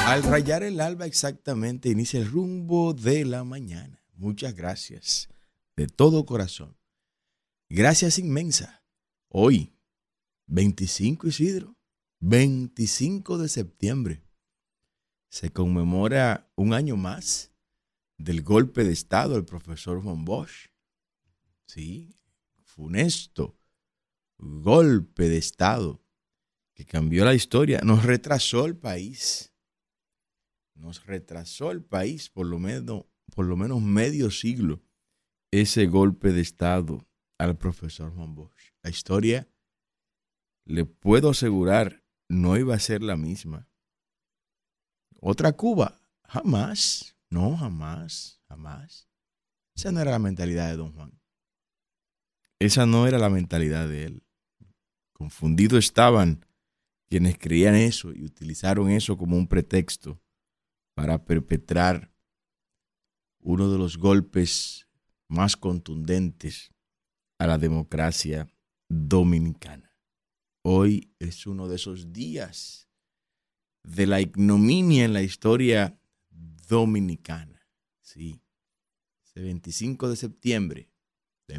Al rayar el alba exactamente inicia el rumbo de la mañana. Muchas gracias de todo corazón. Gracias inmensa. Hoy, 25 Isidro, 25 de septiembre, se conmemora un año más del golpe de estado del profesor Juan Bosch. Sí, funesto golpe de estado que cambió la historia, nos retrasó el país. Nos retrasó el país por lo menos medio siglo ese golpe de estado al profesor Juan Bosch. La historia, le puedo asegurar, no iba a ser la misma. Otra Cuba, jamás, no, jamás, jamás. Esa no era la mentalidad de don Juan. Esa no era la mentalidad de él. Confundidos estaban quienes creían eso y utilizaron eso como un pretexto para perpetrar uno de los golpes más contundentes a la democracia dominicana. Hoy es uno de esos días de la ignominia en la historia dominicana. Sí, ese 25 de septiembre de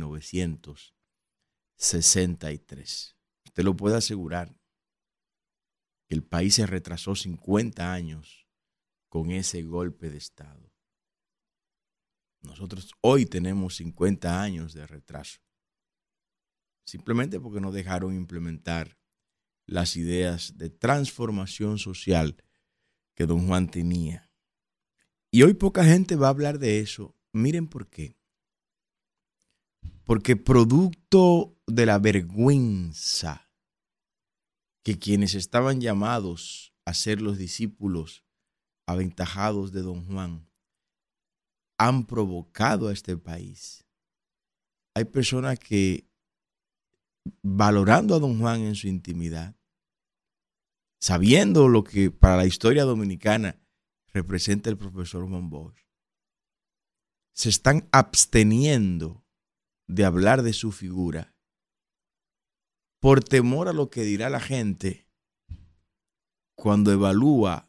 1963. Usted lo puede asegurar que el país se retrasó 50 años con ese golpe de estado. Nosotros hoy tenemos 50 años de retraso, simplemente porque no dejaron implementar las ideas de transformación social que don Juan tenía. Y hoy poca gente va a hablar de eso. Miren por qué. Porque producto de la vergüenza que quienes estaban llamados a ser los discípulos aventajados de don Juan han provocado a este país. Hay personas que, valorando a don Juan en su intimidad, sabiendo lo que para la historia dominicana representa el profesor Juan Bosch, se están absteniendo de hablar de su figura por temor a lo que dirá la gente cuando evalúe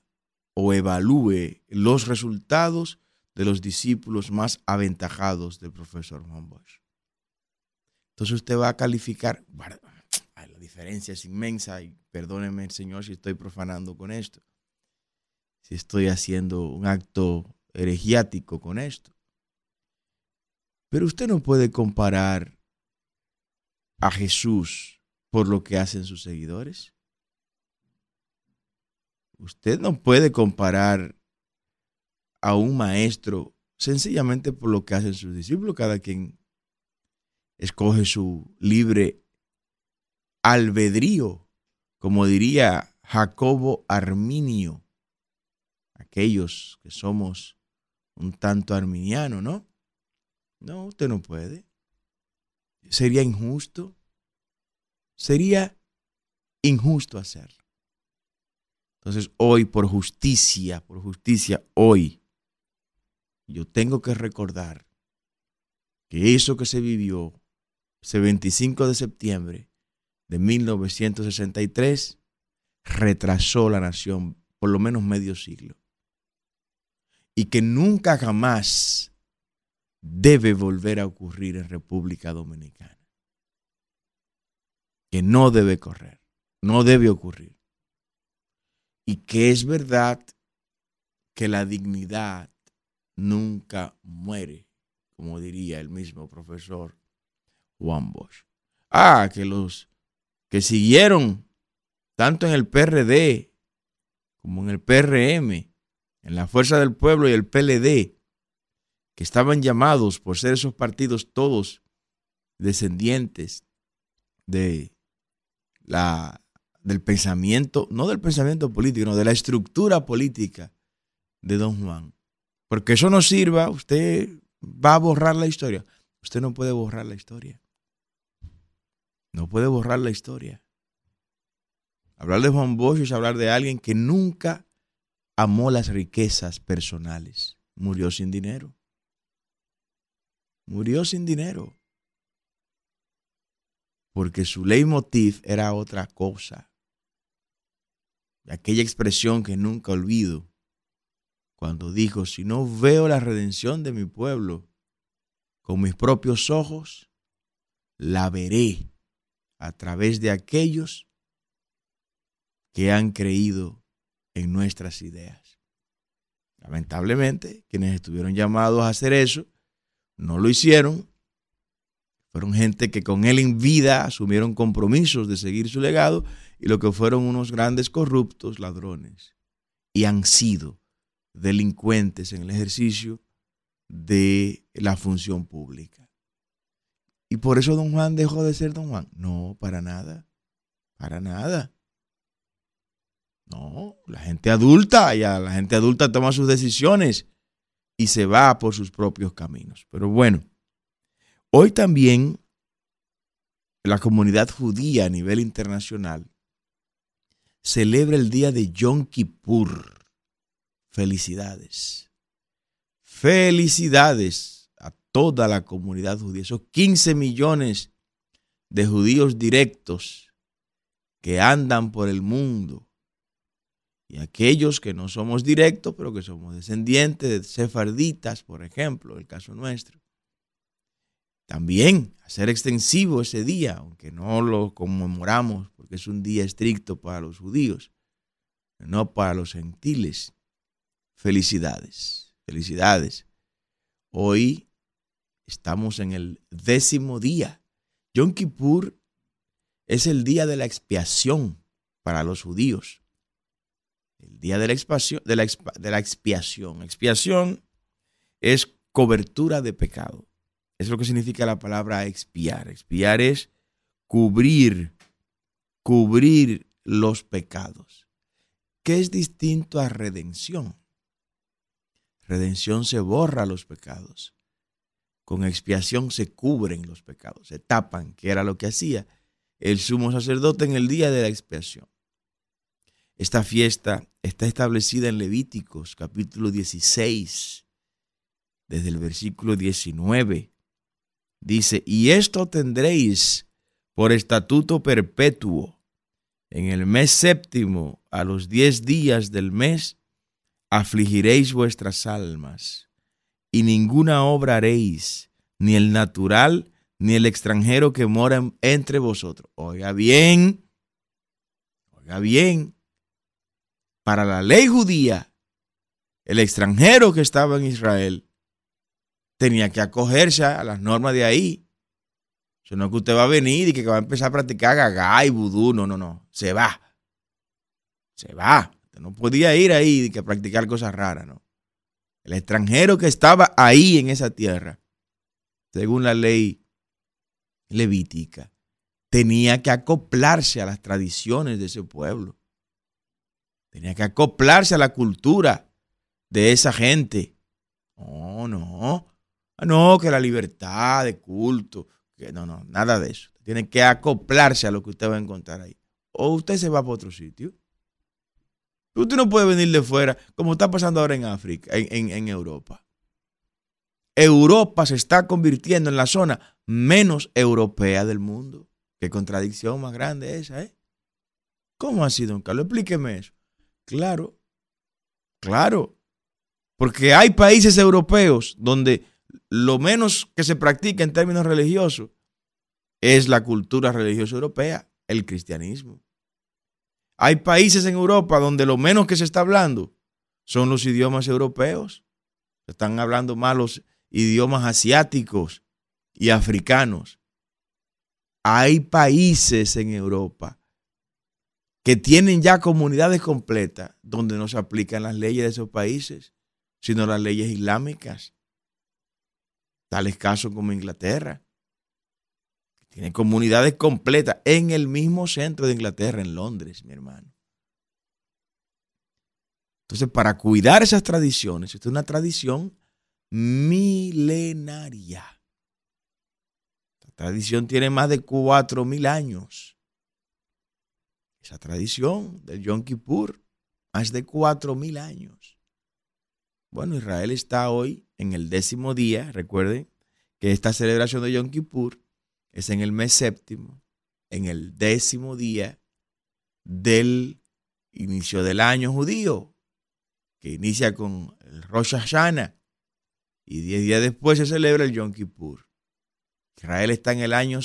los resultados de los discípulos más aventajados del profesor Juan Bosch. Entonces usted va a calificar, bueno, la diferencia es inmensa y perdóneme, Señor, si estoy profanando con esto, si estoy haciendo un acto heregiático con esto. Pero usted no puede comparar a Jesús por lo que hacen sus seguidores. Usted no puede comparar a un maestro sencillamente por lo que hacen sus discípulos. Cada quien escoge su libre albedrío, como diría Jacobo Arminio, aquellos que somos un tanto arminianos, ¿no? No, usted no puede. Sería injusto. Sería injusto hacerlo. Entonces hoy, por justicia, hoy, yo tengo que recordar que eso que se vivió ese 25 de septiembre de 1963 retrasó la nación por lo menos medio siglo. Y que nunca jamás debe volver a ocurrir en República Dominicana. Que no debe correr, no debe ocurrir. Y que es verdad que la dignidad nunca muere, como diría el mismo profesor Juan Bosch. Que los que siguieron tanto en el PRD como en el PRM, en la Fuerza del Pueblo y el PLD, que estaban llamados por ser esos partidos todos descendientes del pensamiento, no del pensamiento político, sino de la estructura política de don Juan. Porque eso no sirva, usted va a borrar la historia. Usted no puede borrar la historia. No puede borrar la historia. Hablar de Juan Bosch es hablar de alguien que nunca amó las riquezas personales. Murió sin dinero. Murió sin dinero. Porque su leitmotiv era otra cosa. aquella expresión que nunca olvido, cuando dijo: si no veo la redención de mi pueblo con mis propios ojos, la veré a través de aquellos que han creído en nuestras ideas. Lamentablemente, quienes estuvieron llamados a hacer eso no lo hicieron. Fueron gente que con él en vida asumieron compromisos de seguir su legado, y lo que fueron unos grandes corruptos, ladrones, y han sido delincuentes en el ejercicio de la función pública. ¿Y por eso don Juan dejó de ser don Juan? No, para nada, para nada. No, la gente adulta toma sus decisiones y se va por sus propios caminos. Pero bueno, hoy también la comunidad judía a nivel internacional celebra el día de Yom Kippur. Felicidades. Felicidades a toda la comunidad judía. Esos 15 millones de judíos directos que andan por el mundo. Y aquellos que no somos directos, pero que somos descendientes de sefarditas, por ejemplo, el caso nuestro. También hacer extensivo ese día, aunque no lo conmemoramos porque es un día estricto para los judíos, no para los gentiles. Felicidades, felicidades. Hoy estamos en el 10º día. Yom Kippur es el día de la expiación para los judíos. El día de la expiación. Expiación es cobertura de pecado. Es lo que significa la palabra expiar. Expiar es cubrir los pecados. ¿Qué es distinto a redención? Redención se borra los pecados. Con expiación se cubren los pecados, se tapan, que era lo que hacía el sumo sacerdote en el día de la expiación. Esta fiesta está establecida en Levíticos, capítulo 16, desde el versículo 19. Dice: y esto tendréis por estatuto perpetuo. En el mes séptimo, a los 10 días del mes, afligiréis vuestras almas, y ninguna obra haréis, ni el natural, ni el extranjero que mora entre vosotros. Oiga bien, para la ley judía, el extranjero que estaba en Israel tenía que acogerse a las normas de ahí. Eso no es que usted va a venir y que va a empezar a practicar gagá y vudú. No. Se va. Usted no podía ir ahí y que practicar cosas raras, no. El extranjero que estaba ahí en esa tierra, según la ley levítica, tenía que acoplarse a las tradiciones de ese pueblo. Tenía que acoplarse a la cultura de esa gente. No, que la libertad de culto, que no, nada de eso. Tiene que acoplarse a lo que usted va a encontrar ahí. O usted se va para otro sitio. Usted no puede venir de fuera, como está pasando ahora en África, en Europa. Europa se está convirtiendo en la zona menos europea del mundo. Qué contradicción más grande esa, ¿eh? ¿Cómo así, don Carlos? Explíqueme eso. Claro. Porque hay países europeos donde lo menos que se practica en términos religiosos es la cultura religiosa europea, el cristianismo. Hay países en Europa donde lo menos que se está hablando son los idiomas europeos. Se están hablando más los idiomas asiáticos y africanos. Hay países en Europa que tienen ya comunidades completas donde no se aplican las leyes de esos países, sino las leyes islámicas. Tales casos como Inglaterra. Tiene comunidades completas en el mismo centro de Inglaterra, en Londres, mi hermano. Entonces, para cuidar esas tradiciones, esta es una tradición milenaria. La tradición tiene más de 4.000 años. Esa tradición del Yom Kippur, más de 4.000 años. Bueno, Israel está hoy en el 10º día. Recuerden que esta celebración de Yom Kippur es en el mes séptimo, en el 10º día del inicio del año judío, que inicia con el Rosh Hashanah, y 10 días después se celebra el Yom Kippur. Israel está en el año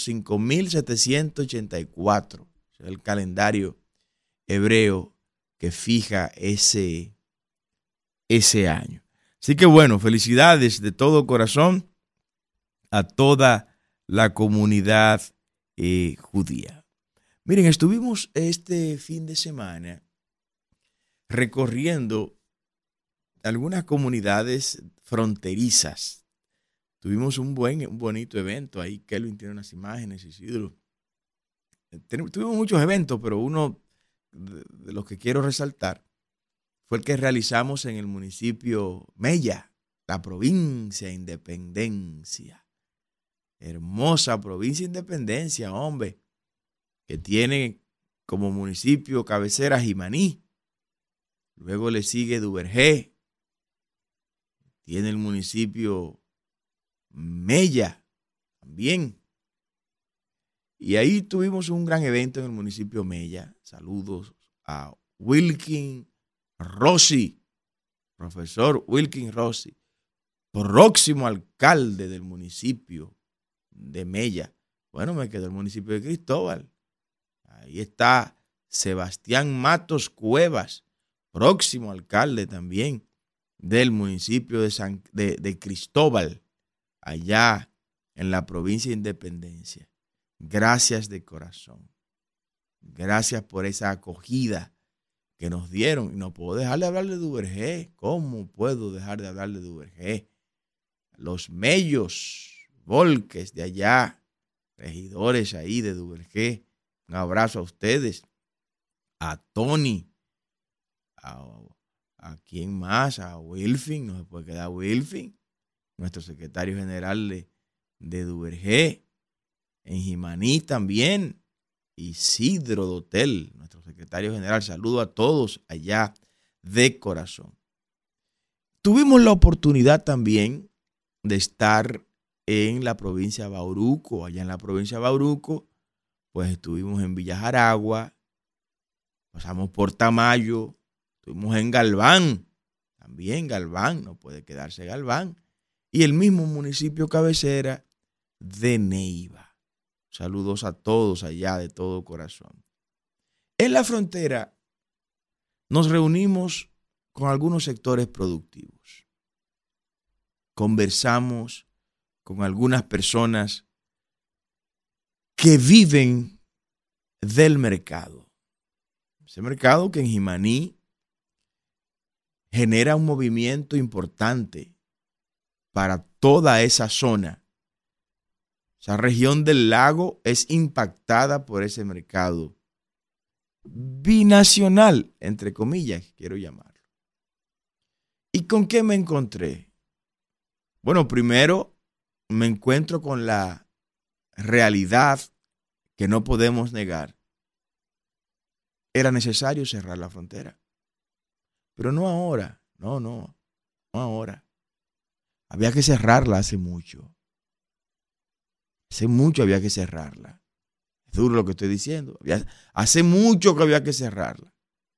5784, es el calendario hebreo que fija ese año. Así que bueno, felicidades de todo corazón a toda la comunidad judía. Miren, estuvimos este fin de semana recorriendo algunas comunidades fronterizas. Tuvimos un bonito evento ahí. Kelvin tiene unas imágenes, Isidro. Tuvimos muchos eventos, pero uno de los que quiero resaltar fue el que realizamos en el municipio Mella, la provincia de Independencia. Hermosa provincia de Independencia, hombre, que tiene como municipio cabecera Jimaní. Luego le sigue Duvergé. Tiene el municipio Mella también. Y ahí tuvimos un gran evento en el municipio Mella. Saludos a Wilkin Rossi, profesor Wilkin Rossi, próximo alcalde del municipio de Mella. Bueno, me quedó el municipio de Cristóbal. Ahí está Sebastián Matos Cuevas, próximo alcalde también del municipio de Cristóbal, allá en la provincia de Independencia. Gracias de corazón. Gracias por esa acogida que nos dieron. Y no puedo dejar de hablar de Duvergé. ¿Cómo puedo dejar de hablar de Duvergé? Los Mellos, Volques de allá, regidores ahí de Duvergé. Un abrazo a ustedes, a Tony, a quién más, a Wilfin, no se puede quedar Wilfin, nuestro secretario general de Duvergé, en Jimaní también, Isidro Dotel, nuestro secretario general. Saludo a todos allá de corazón. Tuvimos la oportunidad también de estar en la provincia de Bauruco. Allá en la provincia de Bauruco, pues estuvimos en Villa Jaragua, pasamos por Tamayo, estuvimos en Galván, también Galván, no puede quedarse Galván, y el mismo municipio cabecera de Neiva. Saludos a todos allá de todo corazón. En la frontera nos reunimos con algunos sectores productivos. Conversamos con algunas personas que viven del mercado. Ese mercado que en Jimaní genera un movimiento importante para toda esa zona. Esa región del lago es impactada por ese mercado binacional, entre comillas, quiero llamarlo. ¿Y con qué me encontré? Bueno, primero me encuentro con la realidad que no podemos negar. Era necesario cerrar la frontera. Pero no ahora, no ahora. Había que cerrarla hace mucho. Hace mucho había que cerrarla. Es duro lo que estoy diciendo. Hace mucho que había que cerrarla.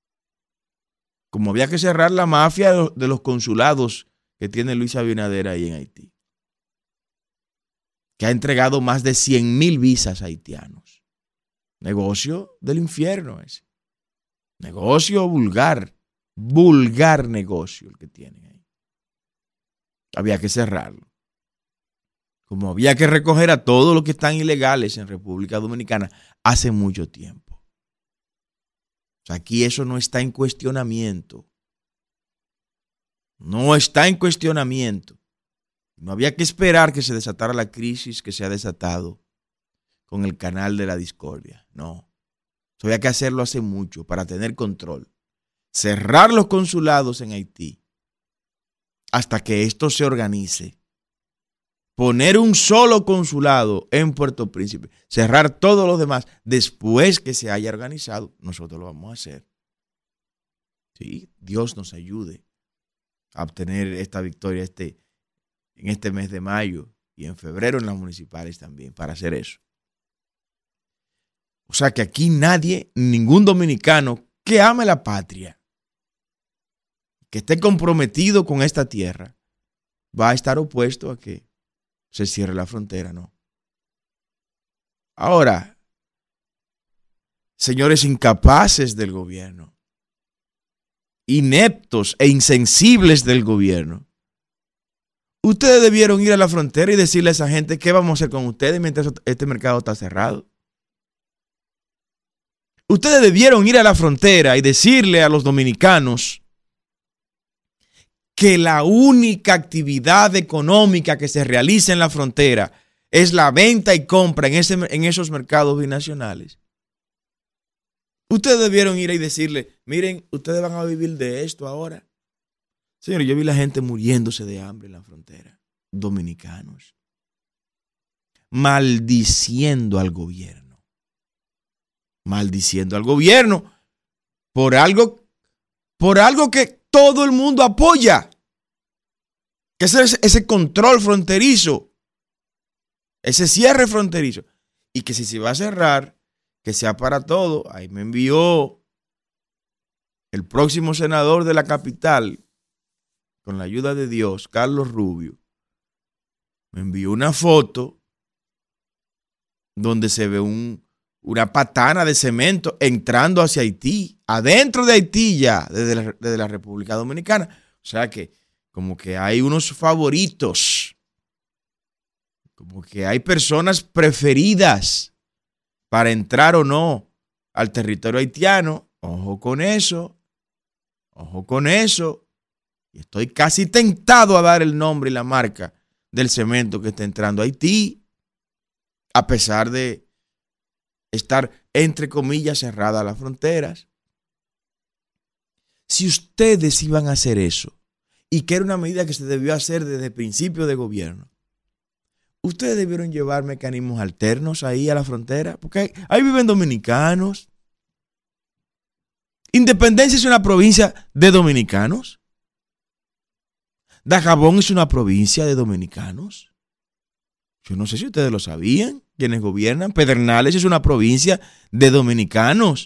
Como había que cerrar la mafia de los consulados que tiene Luis Abinader ahí en Haití, que ha entregado más de 100,000 visas a haitianos. Negocio del infierno ese. Negocio vulgar negocio el que tienen ahí. Había que cerrarlo. Como había que recoger a todos los que están ilegales en República Dominicana hace mucho tiempo. O sea, aquí eso no está en cuestionamiento. No está en cuestionamiento. No había que esperar que se desatara la crisis que se ha desatado con el canal de la discordia. No. Eso había que hacerlo hace mucho para tener control. Cerrar los consulados en Haití hasta que esto se organice. Poner un solo consulado en Puerto Príncipe, cerrar todos los demás después que se haya organizado. Nosotros lo vamos a hacer. Sí, Dios nos ayude a obtener esta victoria en este mes de mayo y en febrero en las municipales también para hacer eso. O sea que aquí nadie, ningún dominicano que ame la patria, que esté comprometido con esta tierra, va a estar opuesto a que se cierre la frontera, ¿no? Ahora, señores incapaces del gobierno, ineptos e insensibles del gobierno, ustedes debieron ir a la frontera y decirle a esa gente qué vamos a hacer con ustedes mientras este mercado está cerrado. Ustedes debieron ir a la frontera y decirle a los dominicanos que la única actividad económica que se realiza en la frontera es la venta y compra en esos mercados binacionales. Ustedes debieron ir y decirle, miren, ustedes van a vivir de esto ahora. Señores, yo vi la gente muriéndose de hambre en la frontera. Dominicanos. Maldiciendo al gobierno. Maldiciendo al gobierno por algo que todo el mundo apoya. Que es ese control fronterizo. Ese cierre fronterizo. Y que si se va a cerrar, que sea para todo. Ahí me envió el próximo senador de la capital, con la ayuda de Dios, Carlos Rubio, me envió una foto donde se ve una patana de cemento entrando hacia Haití, adentro de Haití ya, desde la República Dominicana. O sea que como que hay unos favoritos, como que hay personas preferidas para entrar o no al territorio haitiano. Ojo con eso, ojo con eso. Y estoy casi tentado a dar el nombre y la marca del cemento que está entrando a Haití, a pesar de estar, entre comillas, cerradas las fronteras. Si ustedes iban a hacer eso, y que era una medida que se debió hacer desde el principio de gobierno, ustedes debieron llevar mecanismos alternos ahí a la frontera, porque ahí viven dominicanos. Independencia es una provincia de dominicanos. Dajabón es una provincia de dominicanos. Yo no sé si ustedes lo sabían, quienes gobiernan. Pedernales es una provincia de dominicanos.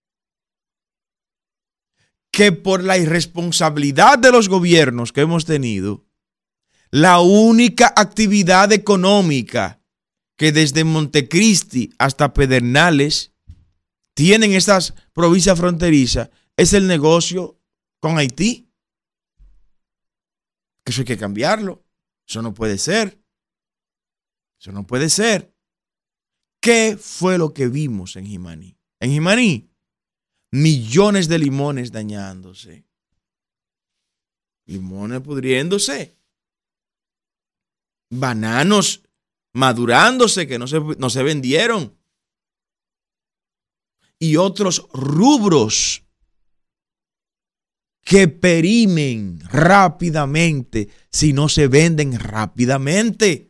Que por la irresponsabilidad de los gobiernos que hemos tenido, la única actividad económica que desde Montecristi hasta Pedernales tienen estas provincias fronterizas es el negocio con Haití. Que eso hay que cambiarlo. Eso no puede ser. Eso no puede ser. ¿Qué fue lo que vimos en Jimaní? En Jimaní, millones de limones dañándose. Limones pudriéndose. Bananos madurándose que no se vendieron. Y otros rubros que perimen rápidamente si no se venden rápidamente.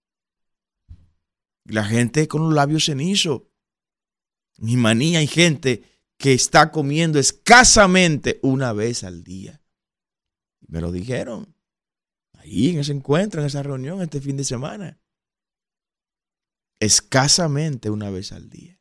La gente con los labios cenizos. En Jimaní hay gente que está comiendo escasamente una vez al día. Me lo dijeron ahí en ese encuentro, en esa reunión, este fin de semana. Escasamente una vez al día.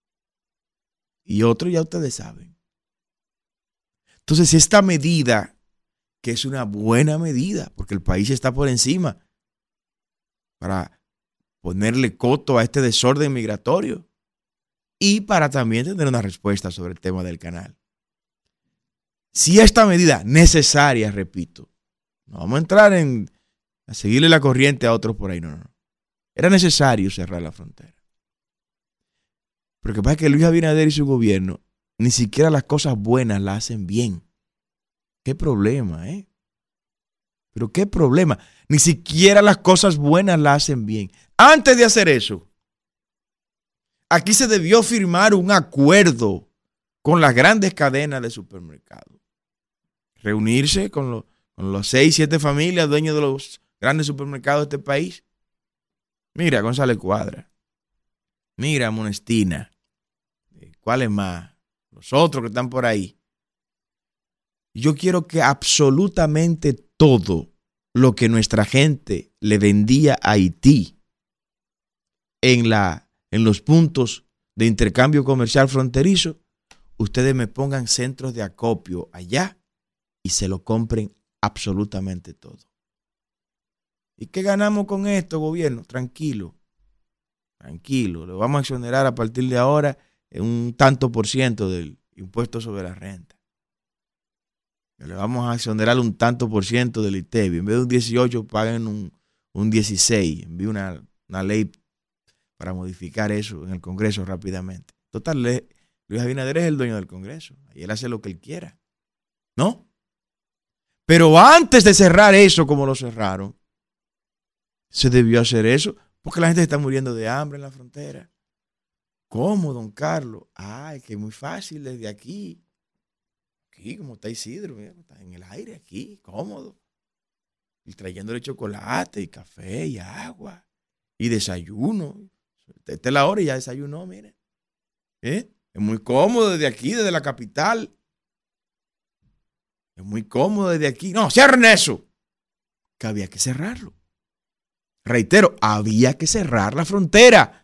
Y otro ya ustedes saben. Entonces, si esta medida, que es una buena medida, porque el país está por encima para ponerle coto a este desorden migratorio y para también tener una respuesta sobre el tema del canal. Si esta medida necesaria, repito, no vamos a entrar a seguirle la corriente a otros por ahí, no. Era necesario cerrar la frontera. Pero que pasa que Luis Abinader y su gobierno ni siquiera las cosas buenas las hacen bien. Qué problema, ¿eh? Pero qué problema. Ni siquiera las cosas buenas las hacen bien. Antes de hacer eso, aquí se debió firmar un acuerdo con las grandes cadenas de supermercados. Reunirse con los 6, 7 familias dueños de los grandes supermercados de este país. Mira, González Cuadra. Mira, Monestina. ¿Cuáles más? Los otros que están por ahí. Yo quiero que absolutamente todo lo que nuestra gente le vendía a Haití en los puntos de intercambio comercial fronterizo, ustedes me pongan centros de acopio allá y se lo compren absolutamente todo. ¿Y qué ganamos con esto, gobierno? Tranquilo, lo vamos a exonerar a partir de ahora en un tanto por ciento del impuesto sobre la renta. Le vamos a exonerar un tanto por ciento del ITEVI. En vez de un 18, paguen un 16. Envíe una ley para modificar eso en el Congreso rápidamente. Total, Luis Abinader es el dueño del Congreso. Y él hace lo que él quiera. ¿No? Pero antes de cerrar eso como lo cerraron, se debió hacer eso porque la gente está muriendo de hambre en la frontera. ¿Cómo, don Carlos? Es que es muy fácil desde aquí. Aquí, como está Isidro, mira, está en el aire aquí, cómodo. Y trayéndole chocolate y café y agua y desayuno. Esta es la hora y ya desayunó, mire. Es muy cómodo desde aquí, desde la capital. Es muy cómodo desde aquí. No, cierren eso. Que había que cerrarlo. Reitero, había que cerrar la frontera.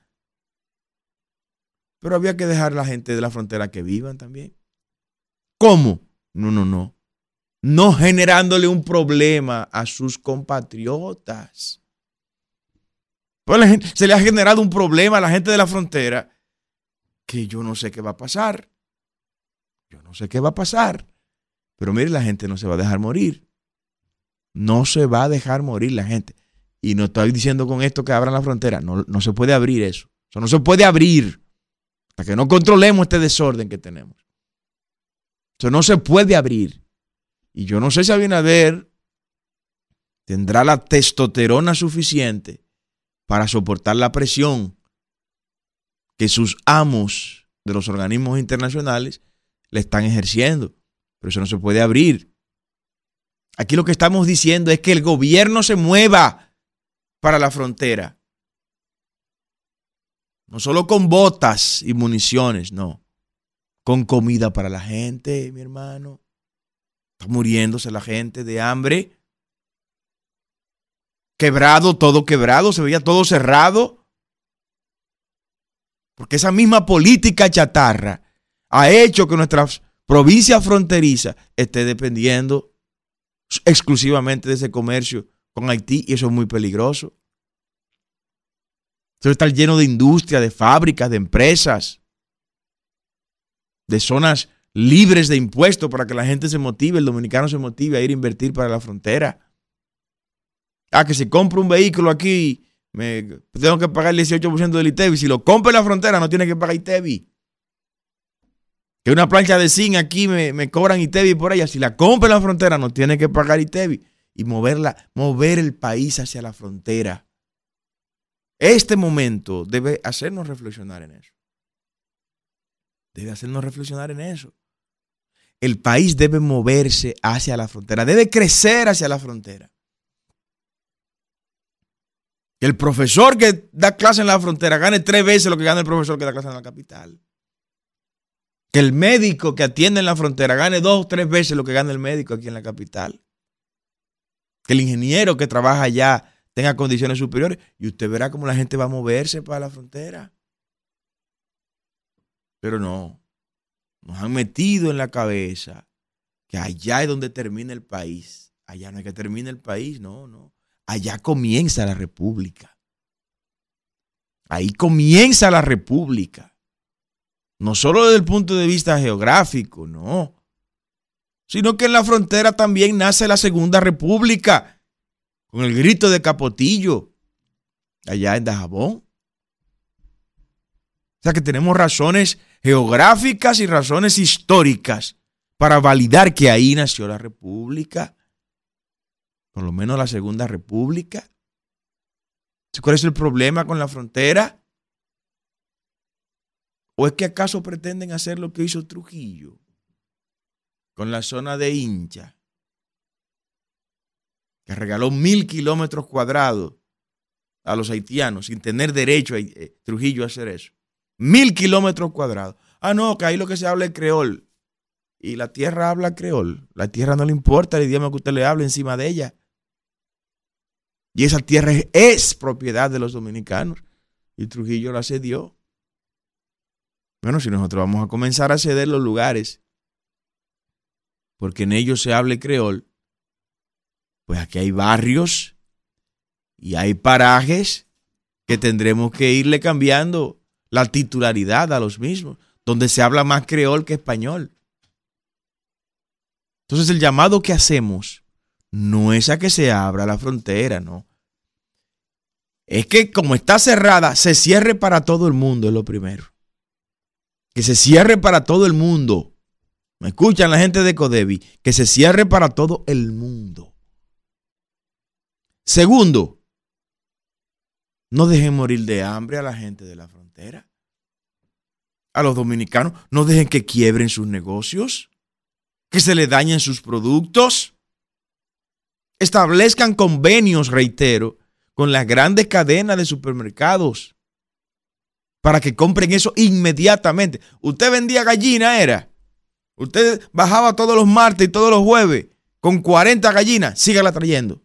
Pero había que dejar a la gente de la frontera que vivan también. ¿Cómo? No. No generándole un problema a sus compatriotas. Pues se le ha generado un problema a la gente de la frontera que yo no sé qué va a pasar. Pero mire, la gente no se va a dejar morir. No se va a dejar morir la gente. Y no estoy diciendo con esto que abran la frontera. No se puede abrir eso. Eso no se puede abrir hasta que no controlemos este desorden que tenemos. Eso no se puede abrir. Y yo no sé si Abinader tendrá la testosterona suficiente para soportar la presión que sus amos de los organismos internacionales le están ejerciendo. Pero eso no se puede abrir. Aquí lo que estamos diciendo es que el gobierno se mueva para la frontera. No solo con botas y municiones, no. Con comida para la gente, mi hermano. Está muriéndose la gente de hambre. Quebrado, todo quebrado, se veía todo cerrado. Porque esa misma política chatarra ha hecho que nuestra provincia fronteriza esté dependiendo exclusivamente de ese comercio con Haití, y eso es muy peligroso. Eso está lleno de industria, de fábricas, de empresas, de zonas libres de impuestos para que la gente se motive, el dominicano se motive a ir a invertir para la frontera. Que si compro un vehículo aquí, tengo que pagar el 18% del ITEVI. Si lo compro en la frontera, no tiene que pagar ITEVI. Que una plancha de zinc aquí me cobran ITEVI por ella. Si la compro en la frontera, no tiene que pagar ITEVI. Y mover el país hacia la frontera. Este momento debe hacernos reflexionar en eso. El país debe moverse hacia la frontera, debe crecer hacia la frontera. Que el profesor que da clase en la frontera gane 3 veces lo que gana el profesor que da clase en la capital. Que el médico que atiende en la frontera gane 2 o 3 veces lo que gana el médico aquí en la capital. Que el ingeniero que trabaja allá tenga condiciones superiores. Y usted verá cómo la gente va a moverse para la frontera. Pero no. Nos han metido en la cabeza que allá es donde termina el país. Allá no es que termine el país, no. Allá comienza la república. Ahí comienza la república. No solo desde el punto de vista geográfico, no. Sino que en la frontera también nace la Segunda República. Con el grito de Capotillo. Allá en Dajabón. O sea que tenemos razones geográficas y razones históricas para validar que ahí nació la República. Por lo menos la Segunda República. ¿Cuál es el problema con la frontera? ¿O es que acaso pretenden hacer lo que hizo Trujillo con la zona de Hincha? Que regaló 1,000 kilómetros cuadrados a los haitianos sin tener derecho a Trujillo a hacer eso. 1,000 kilómetros cuadrados. No, que ahí lo que se habla es creol. Y la tierra habla creol. La tierra no le importa el idioma que usted le hable encima de ella. Y esa tierra es propiedad de los dominicanos. Y Trujillo la cedió. Bueno, si nosotros vamos a comenzar a ceder los lugares porque en ellos se hable creol, pues aquí hay barrios y hay parajes que tendremos que irle cambiando la titularidad a los mismos, donde se habla más creol que español. Entonces el llamado que hacemos no es a que se abra la frontera, no. Es que como está cerrada, se cierre para todo el mundo, es lo primero. Que se cierre para todo el mundo. ¿Me escuchan la gente de Codevi? Que se cierre para todo el mundo. Segundo, no dejen morir de hambre a la gente de la frontera. A los dominicanos, no dejen que quiebren sus negocios, que se les dañen sus productos. Establezcan convenios, reitero, con las grandes cadenas de supermercados para que compren eso inmediatamente. Usted vendía gallina, era. Usted bajaba todos los martes y todos los jueves con 40 gallinas, sígala trayendo.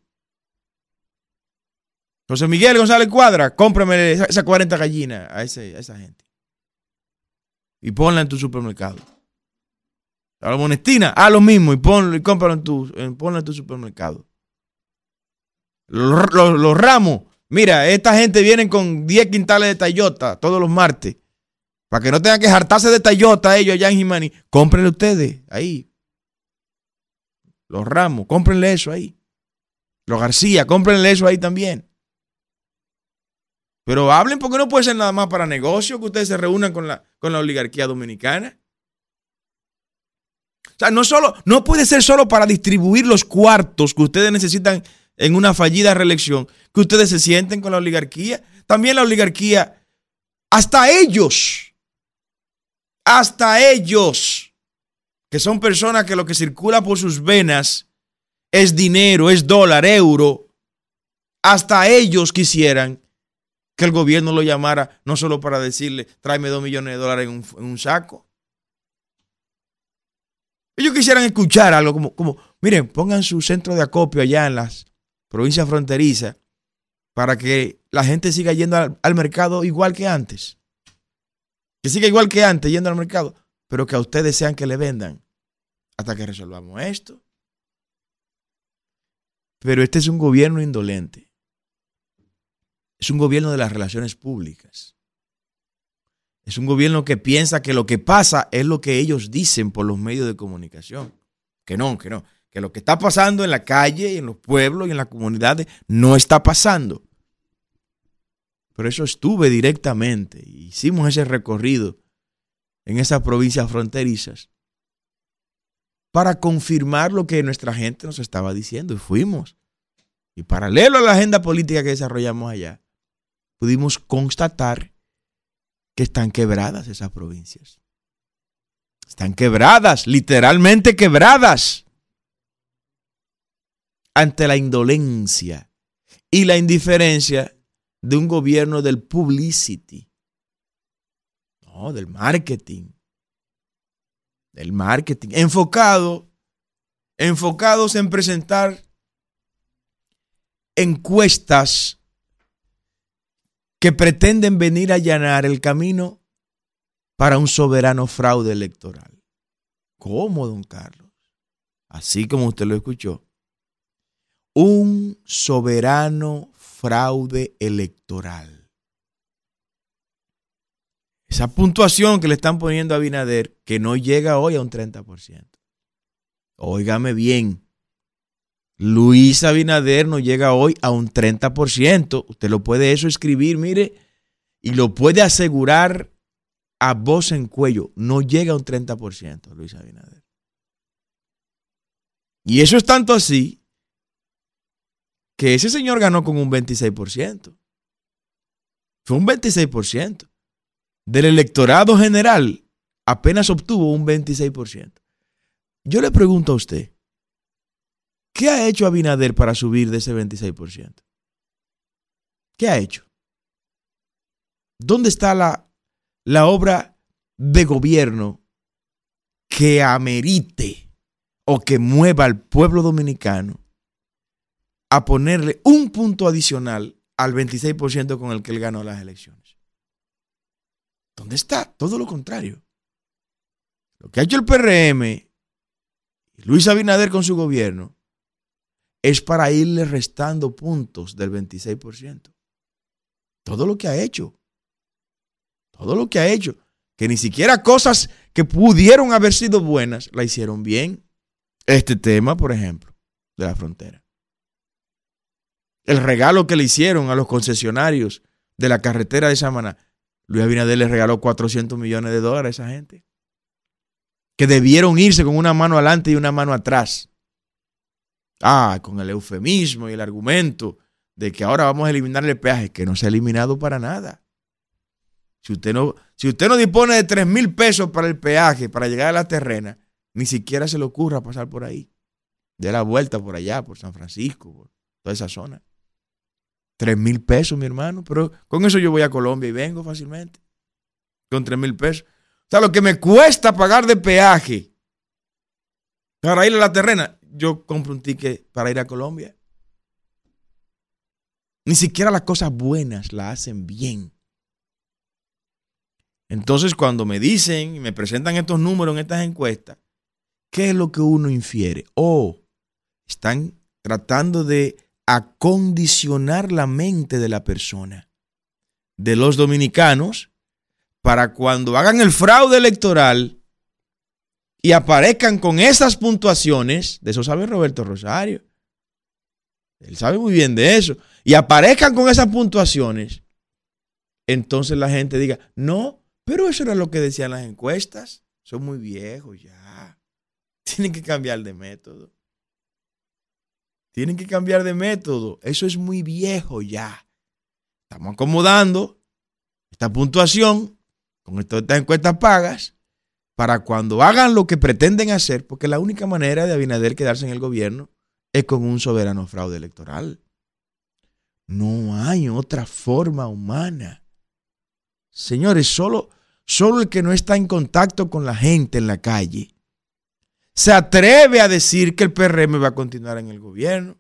José Miguel González Cuadra, cómprame esas 40 gallinas a esa gente. Y ponla en tu supermercado. A la Monestina, haz lo mismo y cómpralo ponla en tu supermercado. Los ramos, mira, esta gente viene con 10 quintales de Toyota todos los martes. Para que no tengan que hartarse de Toyota ellos allá en Jimani. Cómprenle ustedes ahí. Los ramos, cómprenle eso ahí. Los García, cómprenle eso ahí también. Pero hablen porque no puede ser nada más para negocio que ustedes se reúnan con la oligarquía dominicana. O sea, no puede ser solo para distribuir los cuartos que ustedes necesitan en una fallida reelección, que ustedes se sienten con la oligarquía. También la oligarquía, hasta ellos, que son personas que lo que circula por sus venas es dinero, es dólar, euro, hasta ellos quisieran que el gobierno lo llamara no solo para decirle, tráeme $2 millones en un saco. Ellos quisieran escuchar algo como, miren, pongan su centro de acopio allá en las provincias fronterizas para que la gente siga yendo al mercado igual que antes. Que siga igual que antes yendo al mercado, pero que a ustedes sean que le vendan hasta que resolvamos esto. Pero este es un gobierno indolente. Es un gobierno de las relaciones públicas. Es un gobierno que piensa que lo que pasa es lo que ellos dicen por los medios de comunicación. Que no. Que lo que está pasando en la calle, en los pueblos y en las comunidades no está pasando. Por eso estuve directamente, hicimos ese recorrido en esas provincias fronterizas para confirmar lo que nuestra gente nos estaba diciendo y fuimos. Y paralelo a la agenda política que desarrollamos allá, pudimos constatar que están quebradas esas provincias. Están quebradas, literalmente quebradas, ante la indolencia y la indiferencia de un gobierno del publicity. No, del marketing. Del marketing. Enfocados en presentar encuestas que pretenden venir a allanar el camino para un soberano fraude electoral. ¿Cómo, don Carlos? Así como usted lo escuchó. Un soberano fraude electoral. Esa puntuación que le están poniendo a Abinader, que no llega hoy a un 30%. Óigame bien. Luis Abinader no llega hoy a un 30%. Usted lo puede escribir, mire, y lo puede asegurar a voz en cuello. No llega a un 30%, Luis Abinader. Y eso es tanto así que ese señor ganó con un 26%. Fue un 26%. Del electorado general apenas obtuvo un 26%. Yo le pregunto a usted, ¿qué ha hecho Abinader para subir de ese 26%? ¿Qué ha hecho? ¿Dónde está la obra de gobierno que amerite o que mueva al pueblo dominicano a ponerle un punto adicional al 26% con el que él ganó las elecciones? ¿Dónde está? Todo lo contrario. Lo que ha hecho el PRM y Luis Abinader con su gobierno es para irle restando puntos del 26%. Todo lo que ha hecho. Todo lo que ha hecho. Que ni siquiera cosas que pudieron haber sido buenas la hicieron bien. Este tema, por ejemplo, de la frontera. El regalo que le hicieron a los concesionarios de la carretera de Samaná. Luis Abinader le regaló $400 millones a esa gente. Que debieron irse con una mano adelante y una mano atrás. Con el eufemismo y el argumento de que ahora vamos a eliminar el peaje, que no se ha eliminado para nada. Si usted no dispone de 3,000 pesos para el peaje, para llegar a la terrena, ni siquiera se le ocurra pasar por ahí. De la vuelta por allá, por San Francisco, por toda esa zona. 3,000 pesos, mi hermano. Pero con eso yo voy a Colombia y vengo fácilmente. Con 3,000 pesos. O sea, lo que me cuesta pagar de peaje para ir a la terrena, yo compro un ticket para ir a Colombia. Ni siquiera las cosas buenas las hacen bien. Entonces, cuando me dicen y me presentan estos números en estas encuestas, ¿qué es lo que uno infiere? Están tratando de acondicionar la mente de la persona, de los dominicanos, para cuando hagan el fraude electoral y aparezcan con esas puntuaciones, de eso sabe Roberto Rosario, él sabe muy bien de eso, y aparezcan con esas puntuaciones, entonces la gente diga, no, pero eso era lo que decían las encuestas, son muy viejos ya, tienen que cambiar de método. Tienen que cambiar de método. Eso es muy viejo ya. Estamos acomodando esta puntuación con estas encuestas pagas para cuando hagan lo que pretenden hacer, porque la única manera de Abinader quedarse en el gobierno es con un soberano fraude electoral. No hay otra forma humana. Señores, solo el que no está en contacto con la gente en la calle se atreve a decir que el PRM va a continuar en el gobierno.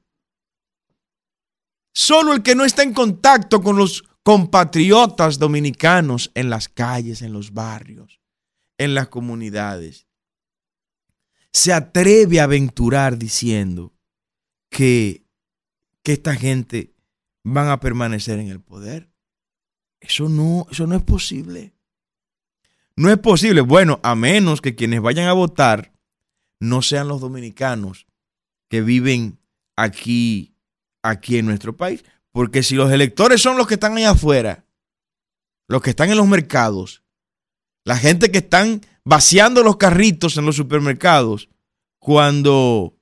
Solo el que no está en contacto con los compatriotas dominicanos en las calles, en los barrios, en las comunidades, se atreve a aventurar diciendo que esta gente van a permanecer en el poder. Eso no es posible. No es posible. Bueno, a menos que quienes vayan a votar no sean los dominicanos que viven aquí en nuestro país. Porque si los electores son los que están allá afuera, los que están en los mercados, la gente que están vaciando los carritos en los supermercados, cuando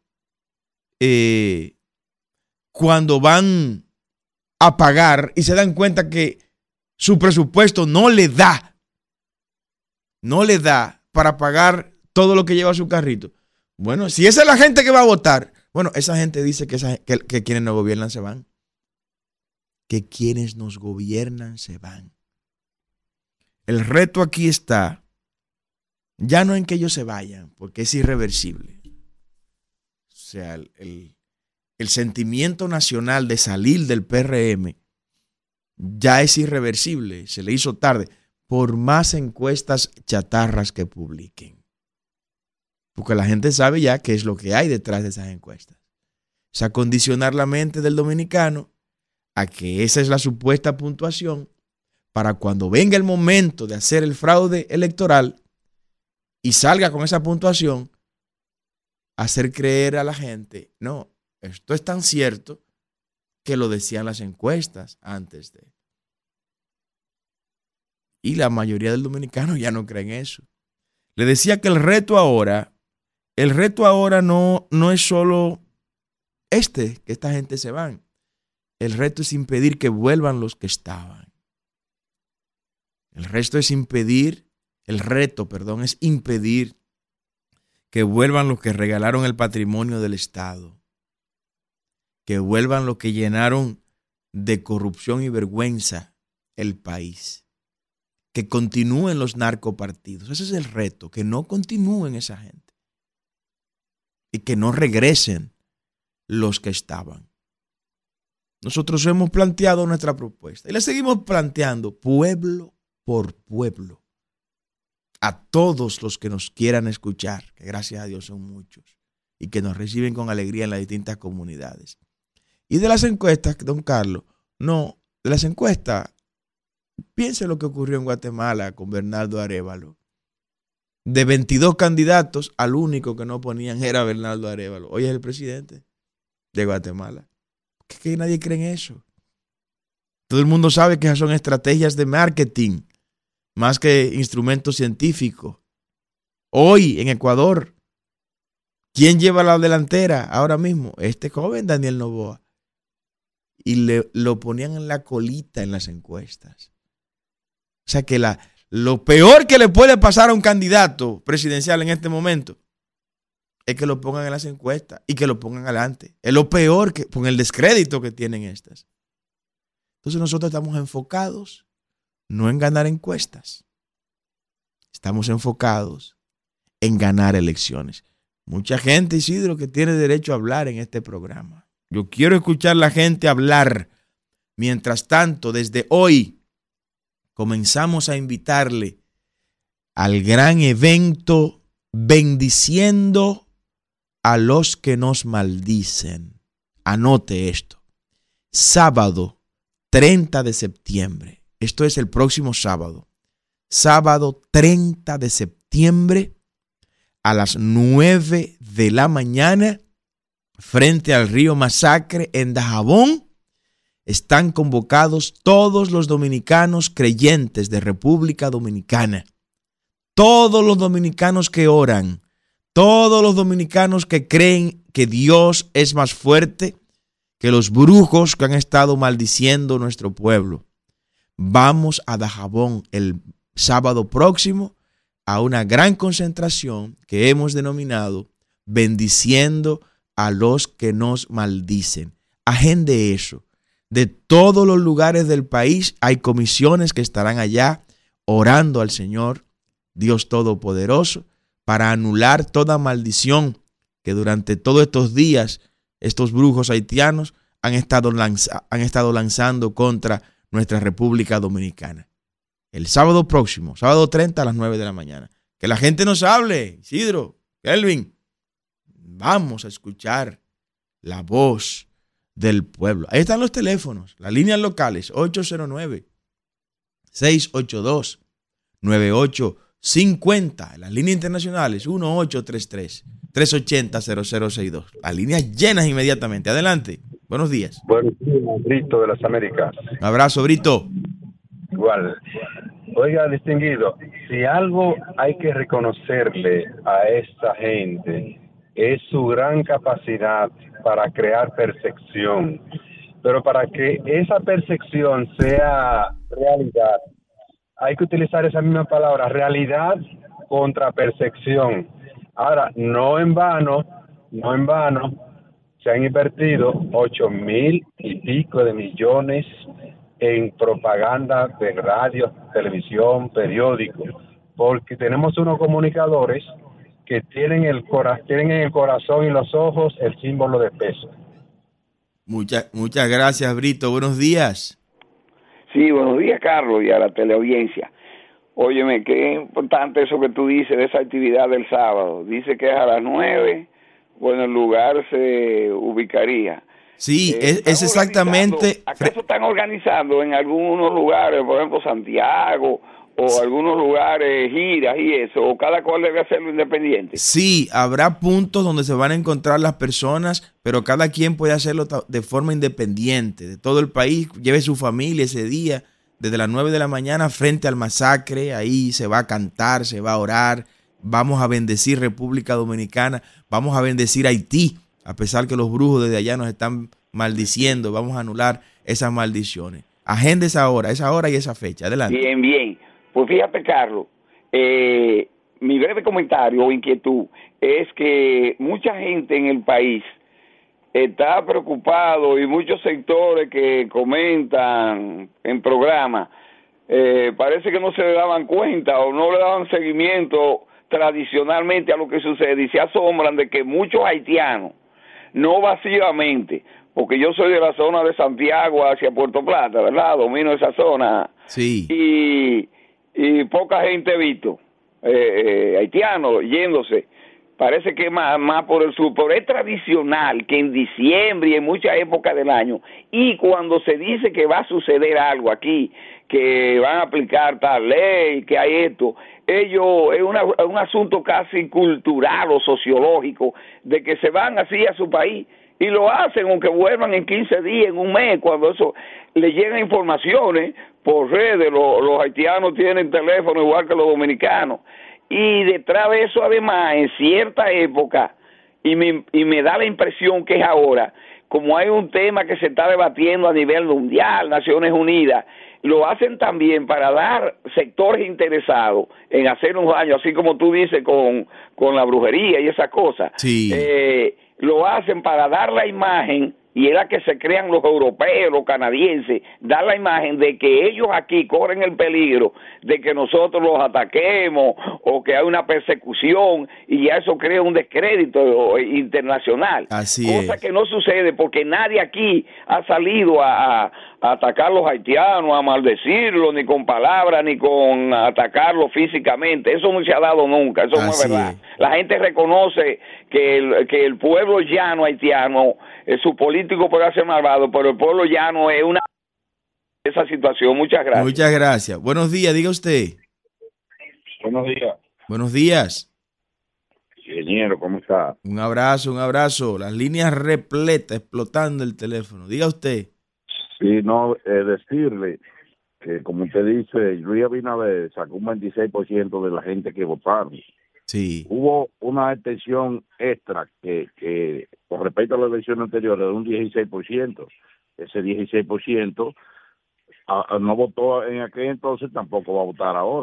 van a pagar y se dan cuenta que su presupuesto no le da para pagar todo lo que lleva su carrito. Bueno, si esa es la gente que va a votar, bueno, esa gente dice que quienes nos gobiernan se van. Que quienes nos gobiernan se van. El reto aquí está, ya no en que ellos se vayan, porque es irreversible. O sea, el sentimiento nacional de salir del PRM ya es irreversible, se le hizo tarde, por más encuestas chatarras que publiquen. Porque la gente sabe ya qué es lo que hay detrás de esas encuestas. Es acondicionar la mente del dominicano a que esa es la supuesta puntuación para cuando venga el momento de hacer el fraude electoral y salga con esa puntuación, hacer creer a la gente, no, esto es tan cierto que lo decían las encuestas antes de. Y la mayoría del dominicano ya no creen eso. Le decía que el reto ahora no es solo que esta gente se van. El reto es impedir que vuelvan los que estaban. El reto es impedir que vuelvan los que regalaron el patrimonio del Estado, que vuelvan los que llenaron de corrupción y vergüenza el país, que continúen los narcopartidos. Ese es el reto, que no continúen esa gente y que no regresen los que estaban. Nosotros hemos planteado nuestra propuesta y la seguimos planteando pueblo por pueblo. a todos los que nos quieran escuchar, que gracias a Dios son muchos, y que nos reciben con alegría en las distintas comunidades. Y de las encuestas, don Carlos, no, de las encuestas, piense lo que ocurrió en Guatemala con Bernardo Arévalo. De 22 candidatos, al único que no ponían era Bernardo Arévalo. Hoy es el presidente de Guatemala. ¿Por qué nadie cree en eso? Todo el mundo sabe que esas son estrategias de marketing, más que instrumentos científicos. Hoy en Ecuador, ¿quién lleva la delantera ahora mismo? Este joven Daniel Noboa. Y lo ponían en la colita en las encuestas. O sea que lo peor que le puede pasar a un candidato presidencial en este momento es que lo pongan en las encuestas y que lo pongan adelante. Es lo peor con el descrédito que tienen estas. Entonces nosotros estamos enfocados no en ganar encuestas. Estamos enfocados en ganar elecciones. Mucha gente, Isidro, que tiene derecho a hablar en este programa. Yo quiero escuchar a la gente hablar. Mientras tanto, desde hoy comenzamos a invitarle al gran evento Bendiciendo a los que nos maldicen. Anote esto. Sábado 30 de septiembre. Esto es el próximo sábado. Sábado 30 de septiembre a las 9 de la mañana frente al río Masacre en Dajabón. Están convocados todos los dominicanos creyentes de República Dominicana. Todos los dominicanos que oran. Todos los dominicanos que creen que Dios es más fuerte que los brujos que han estado maldiciendo nuestro pueblo. Vamos a Dajabón el sábado próximo a una gran concentración que hemos denominado Bendiciendo a los que nos maldicen. Agende eso. De todos los lugares del país hay comisiones que estarán allá orando al Señor, Dios Todopoderoso, para anular toda maldición que durante todos estos días estos brujos haitianos han estado lanzando contra nuestra República Dominicana. El sábado próximo, sábado 30 a las 9 de la mañana. Que la gente nos hable, Isidro, Kelvin. Vamos a escuchar la voz del pueblo. Ahí están los teléfonos, las líneas locales, 809-682-9850. Las líneas internacionales, 1833-380-0062. Las líneas llenas inmediatamente. Adelante. Buenos días. Buenos días, Brito de las Américas. Un abrazo, Brito. Igual. Oiga, distinguido, si algo hay que reconocerle a esta gente es su gran capacidad para crear percepción. Pero para que esa percepción sea realidad, hay que utilizar esa misma palabra, realidad contra percepción. Ahora, no en vano, se han invertido 8,000 y pico de millones en propaganda de radio, televisión, periódico, porque tenemos unos comunicadores que tienen en el corazón y los ojos el símbolo de peso. Muchas gracias, Brito. Buenos días. Sí, buenos días, Carlos, y a la teleaudiencia. Óyeme, qué importante eso que tú dices de esa actividad del sábado. Dice que es a las 9, bueno, el lugar se ubicaría. Sí, es exactamente. ¿Acaso están organizando en algunos lugares, por ejemplo, Santiago, o algunos lugares, giras y eso, o cada cual debe hacerlo independiente? Sí, habrá puntos donde se van a encontrar las personas, pero cada quien puede hacerlo de forma independiente. De todo el país, lleve su familia ese día, desde las 9 de la mañana frente al Masacre. Ahí se va a cantar, se va a orar. Vamos a bendecir República Dominicana, vamos a bendecir Haití, a pesar que los brujos desde allá nos están maldiciendo. Vamos a anular esas maldiciones. Agenda esa hora y esa fecha. Adelante. Bien. Pues fíjate, Carlos, mi breve comentario o inquietud es que mucha gente en el país está preocupado y muchos sectores que comentan en programas parece que no se le daban cuenta o no le daban seguimiento tradicionalmente a lo que sucede y se asombran de que muchos haitianos, no vacíamente, porque yo soy de la zona de Santiago hacia Puerto Plata, ¿verdad? Domino esa zona. Sí. Y poca gente he visto. haitianos yéndose. Parece que más por el sur, pero es tradicional que en diciembre y en muchas épocas del año, y cuando se dice que va a suceder algo aquí, que van a aplicar tal ley, que hay esto, ellos, es un asunto casi cultural o sociológico, de que se van así a su país, y lo hacen aunque vuelvan en 15 días, en un mes, cuando eso le llegan informaciones por redes. Los haitianos tienen teléfono igual que los dominicanos, y detrás de eso, además, en cierta época, y me da la impresión que es ahora, como hay un tema que se está debatiendo a nivel mundial, Naciones Unidas, lo hacen también para dar sectores interesados en hacer un daño, así como tú dices con la brujería y esas cosas. Sí. Lo hacen para dar la imagen, y es la que se crean los europeos, los canadienses, dar la imagen de que ellos aquí corren el peligro de que nosotros los ataquemos o que hay una persecución, y ya eso crea un descrédito internacional. Así cosa es. que no sucede porque nadie aquí ha salido a atacar a los haitianos, a maldecirlos, ni con palabras, ni con atacarlos físicamente. Eso no se ha dado nunca, eso no es verdad. La gente reconoce que el pueblo llano haitiano, su político puede ser malvado, pero el pueblo llano es una esa situación. Muchas gracias. Muchas gracias. Buenos días, diga usted. Buenos días. Buenos días. Ingeniero, ¿cómo está? Un abrazo, un abrazo. Las líneas repletas, explotando el teléfono. Diga usted. Sí, no, decirle que, como usted dice, Luis Abinader sacó un 26% de la gente que votaron. Sí. Hubo una extensión extra que con respecto a las elecciones anteriores, de un 16%. Ese 16% no votó en aquel entonces, tampoco va a votar ahora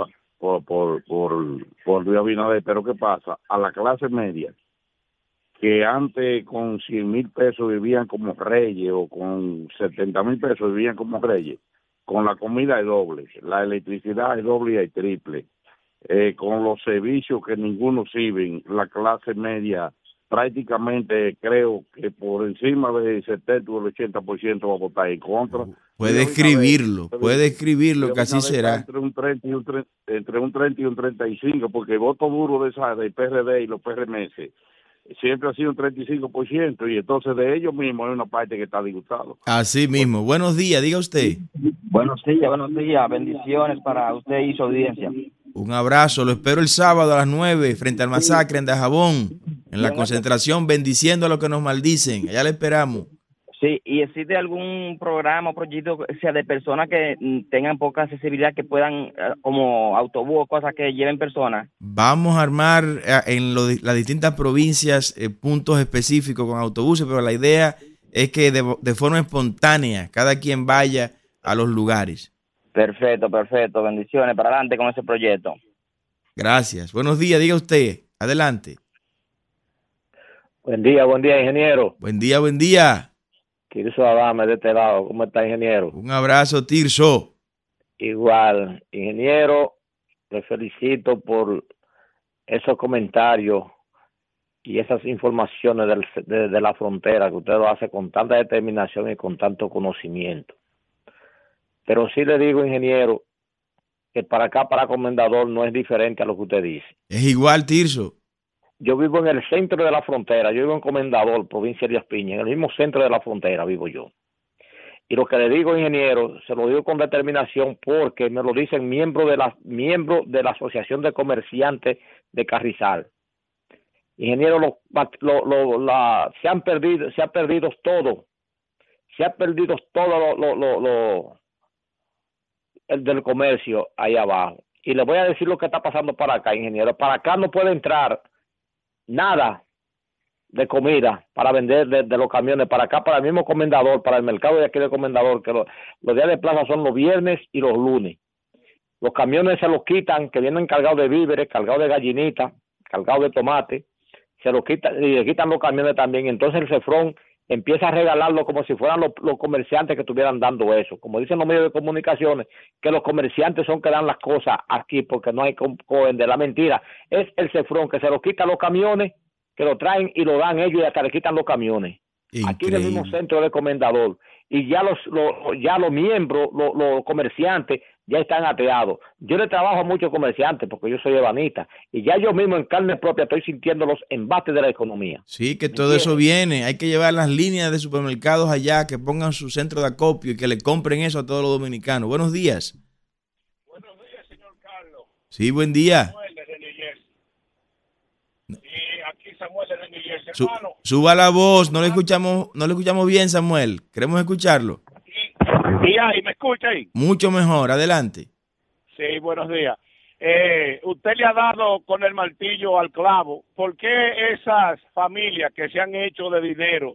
por Luis Abinader. Pero ¿qué pasa? A la clase media, que antes con 100,000 pesos vivían como reyes, o con 70,000 pesos vivían como reyes, con la comida es doble, la electricidad es doble y hay triple, con los servicios que ninguno sirven, la clase media prácticamente creo que por encima del 70 o el 80% va a votar en contra. Puede escribirlo, que así será. Entre un 30 y un 35, porque el voto duro del PRD y los PRMS siempre ha sido un 35%, y entonces de ellos mismos hay una parte que está disgustado. Así mismo. Buenos días, diga usted. Buenos días, bendiciones para usted y su audiencia. Un abrazo, lo espero el sábado a las 9 frente al masacre en Dajabón, en la concentración, bendiciendo a los que nos maldicen. Allá le esperamos. Sí, ¿y existe algún programa o proyecto, sea de personas que tengan poca accesibilidad, que puedan, como autobús o cosas que lleven personas? Vamos a armar en las distintas provincias puntos específicos con autobuses, pero la idea es que de forma espontánea cada quien vaya a los lugares. Perfecto, bendiciones, para adelante con ese proyecto. Gracias. Buenos días, diga usted, adelante. Buen día, ingeniero. Buen día. Tirso Adame de este lado. ¿Cómo está, ingeniero? Un abrazo, Tirso. Igual, ingeniero, le felicito por esos comentarios y esas informaciones de la frontera, que usted lo hace con tanta determinación y con tanto conocimiento. Pero sí le digo, ingeniero, que para acá, para Comendador, no es diferente a lo que usted dice. Es igual, Tirso. Yo vivo en el centro de la frontera, yo vivo en Comendador, provincia de Elías Piña, en el mismo centro de la frontera vivo yo. Y lo que le digo, ingeniero, se lo digo con determinación, porque me lo dicen miembros de la Asociación de Comerciantes de Carrizal. Ingeniero, se ha perdido todo el del comercio ahí abajo. Y le voy a decir lo que está pasando para acá, ingeniero. Para acá no puede entrar nada de comida para vender de los camiones para acá, para el mismo Comendador, para el mercado de aquí del Comendador, que los días de plaza son los viernes y los lunes. Los camiones se los quitan, que vienen cargados de víveres, cargados de gallinitas, cargados de tomate, se los quitan y le quitan los camiones también. Entonces el Cefrón empieza a regalarlo como si fueran los comerciantes que estuvieran dando eso. Como dicen los medios de comunicaciones, que los comerciantes son que dan las cosas aquí porque no hay cómo vender. La mentira es el Cefrón, que se los quita los camiones, que lo traen y lo dan ellos, y hasta le quitan los camiones. Increíble. Aquí en el mismo centro del Comendador. Y ya los miembros, los comerciantes, ya están ateados. Yo le trabajo a muchos comerciantes porque yo soy ebanista y ya yo mismo en carne propia estoy sintiendo los embates de la economía. Sí, que todo eso viene. Hay que llevar las líneas de supermercados allá, que pongan su centro de acopio y que le compren eso a todos los dominicanos. Buenos días. Buenos días, señor Carlos. Sí, buen día. Samuel desde New Jersey. Y aquí Samuel desde New Jersey. Hermano, suba la voz, no le escuchamos bien, Samuel. Queremos escucharlo. y ahí, ¿me escucha ahí? Mucho mejor, adelante. Sí, buenos días. Usted le ha dado con el martillo al clavo. ¿Por qué esas familias que se han hecho de dinero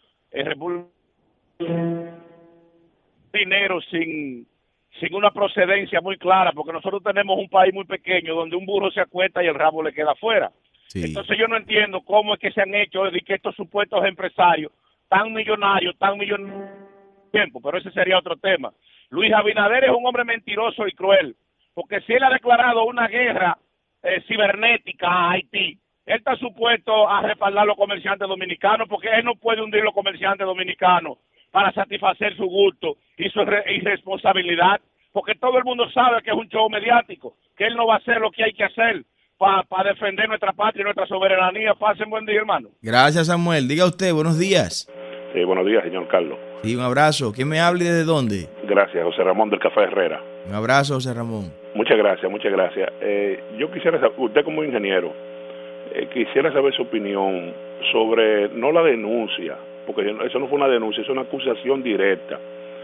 dinero sin una procedencia muy clara? Porque nosotros tenemos un país muy pequeño donde un burro se acuesta y el rabo le queda afuera. Sí. Entonces yo no entiendo cómo es que se han hecho de que estos supuestos empresarios tan millonarios, tiempo, pero ese sería otro tema. Luis Abinader es un hombre mentiroso y cruel, porque si él ha declarado una guerra cibernética a Haití, él está supuesto a respaldar a los comerciantes dominicanos, porque él no puede hundir a los comerciantes dominicanos para satisfacer su gusto y su irresponsabilidad, porque todo el mundo sabe que es un show mediático, que él no va a hacer lo que hay que hacer para defender nuestra patria y nuestra soberanía. Pasen buen día, hermano. Gracias, Samuel. Diga usted, buenos días. Sí, buenos días, señor Carlos. Sí, un abrazo. ¿Quién me habla y desde dónde? Gracias, José Ramón del Café Herrera. Un abrazo, José Ramón. Muchas gracias, muchas gracias. Yo quisiera saber, usted como ingeniero, quisiera saber su opinión sobre, no la denuncia, porque eso no fue una denuncia, es una acusación directa,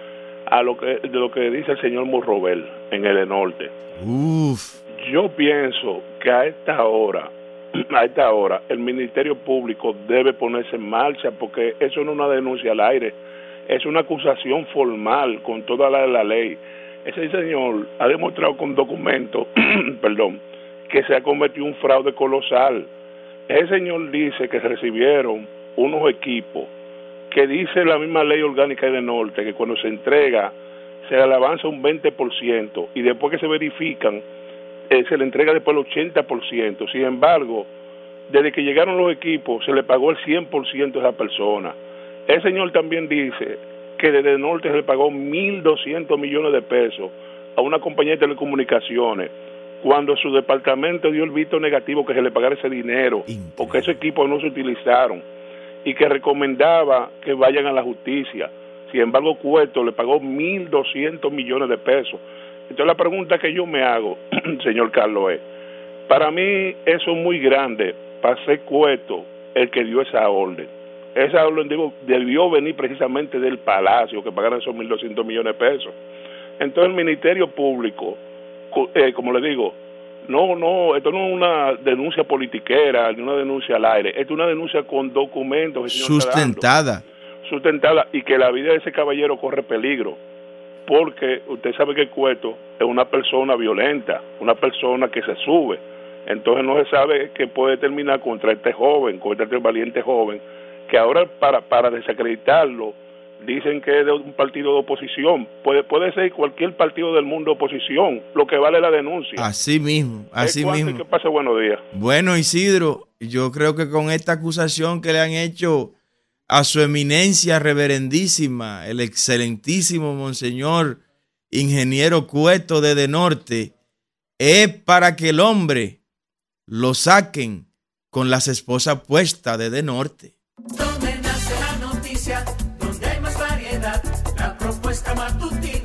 de lo que dice el señor Morrobel en el norte. Yo pienso que a esta hora, el Ministerio Público debe ponerse en marcha, porque eso no es una denuncia al aire, es una acusación formal con toda la ley. Ese señor ha demostrado con documentos, que se ha cometido un fraude colosal. Ese señor dice que recibieron unos equipos que dice la misma ley orgánica de norte, que cuando se entrega se le avanza un 20% y después que se verifican se le entrega después el 80%. Sin embargo, desde que llegaron los equipos se le pagó el 100% a esa persona. El señor también dice que desde el norte se le pagó 1.200 millones de pesos a una compañía de telecomunicaciones, cuando su departamento dio el visto negativo que se le pagara ese dinero, porque esos equipos no se utilizaron, y que recomendaba que vayan a la justicia. Sin embargo, Cueto le pagó 1.200 millones de pesos. Entonces la pregunta que yo me hago, señor Carlos, es, para mí eso es muy grande para ser Cueto el que dio esa orden. Esa orden debió venir precisamente del Palacio, que pagaran esos 1.200 millones de pesos. Entonces el Ministerio Público, como le digo, esto no es una denuncia politiquera, ni una denuncia al aire, esto es una denuncia con documentos. Sustentada, y que la vida de ese caballero corre peligro, porque usted sabe que Cueto es una persona violenta, una persona que se sube, entonces no se sabe qué puede terminar contra este valiente joven, que ahora para desacreditarlo dicen que es de un partido de oposición. Puede ser cualquier partido del mundo de oposición, lo que vale la denuncia. Así mismo. ¿Qué pasa? Buenos días. Bueno, Isidro, yo creo que con esta acusación que le han hecho a su eminencia reverendísima, el excelentísimo monseñor ingeniero Cueto de Norte, es para que el hombre lo saquen con las esposas puestas de Norte. Donde nace la noticia, donde hay más variedad, la propuesta matutina.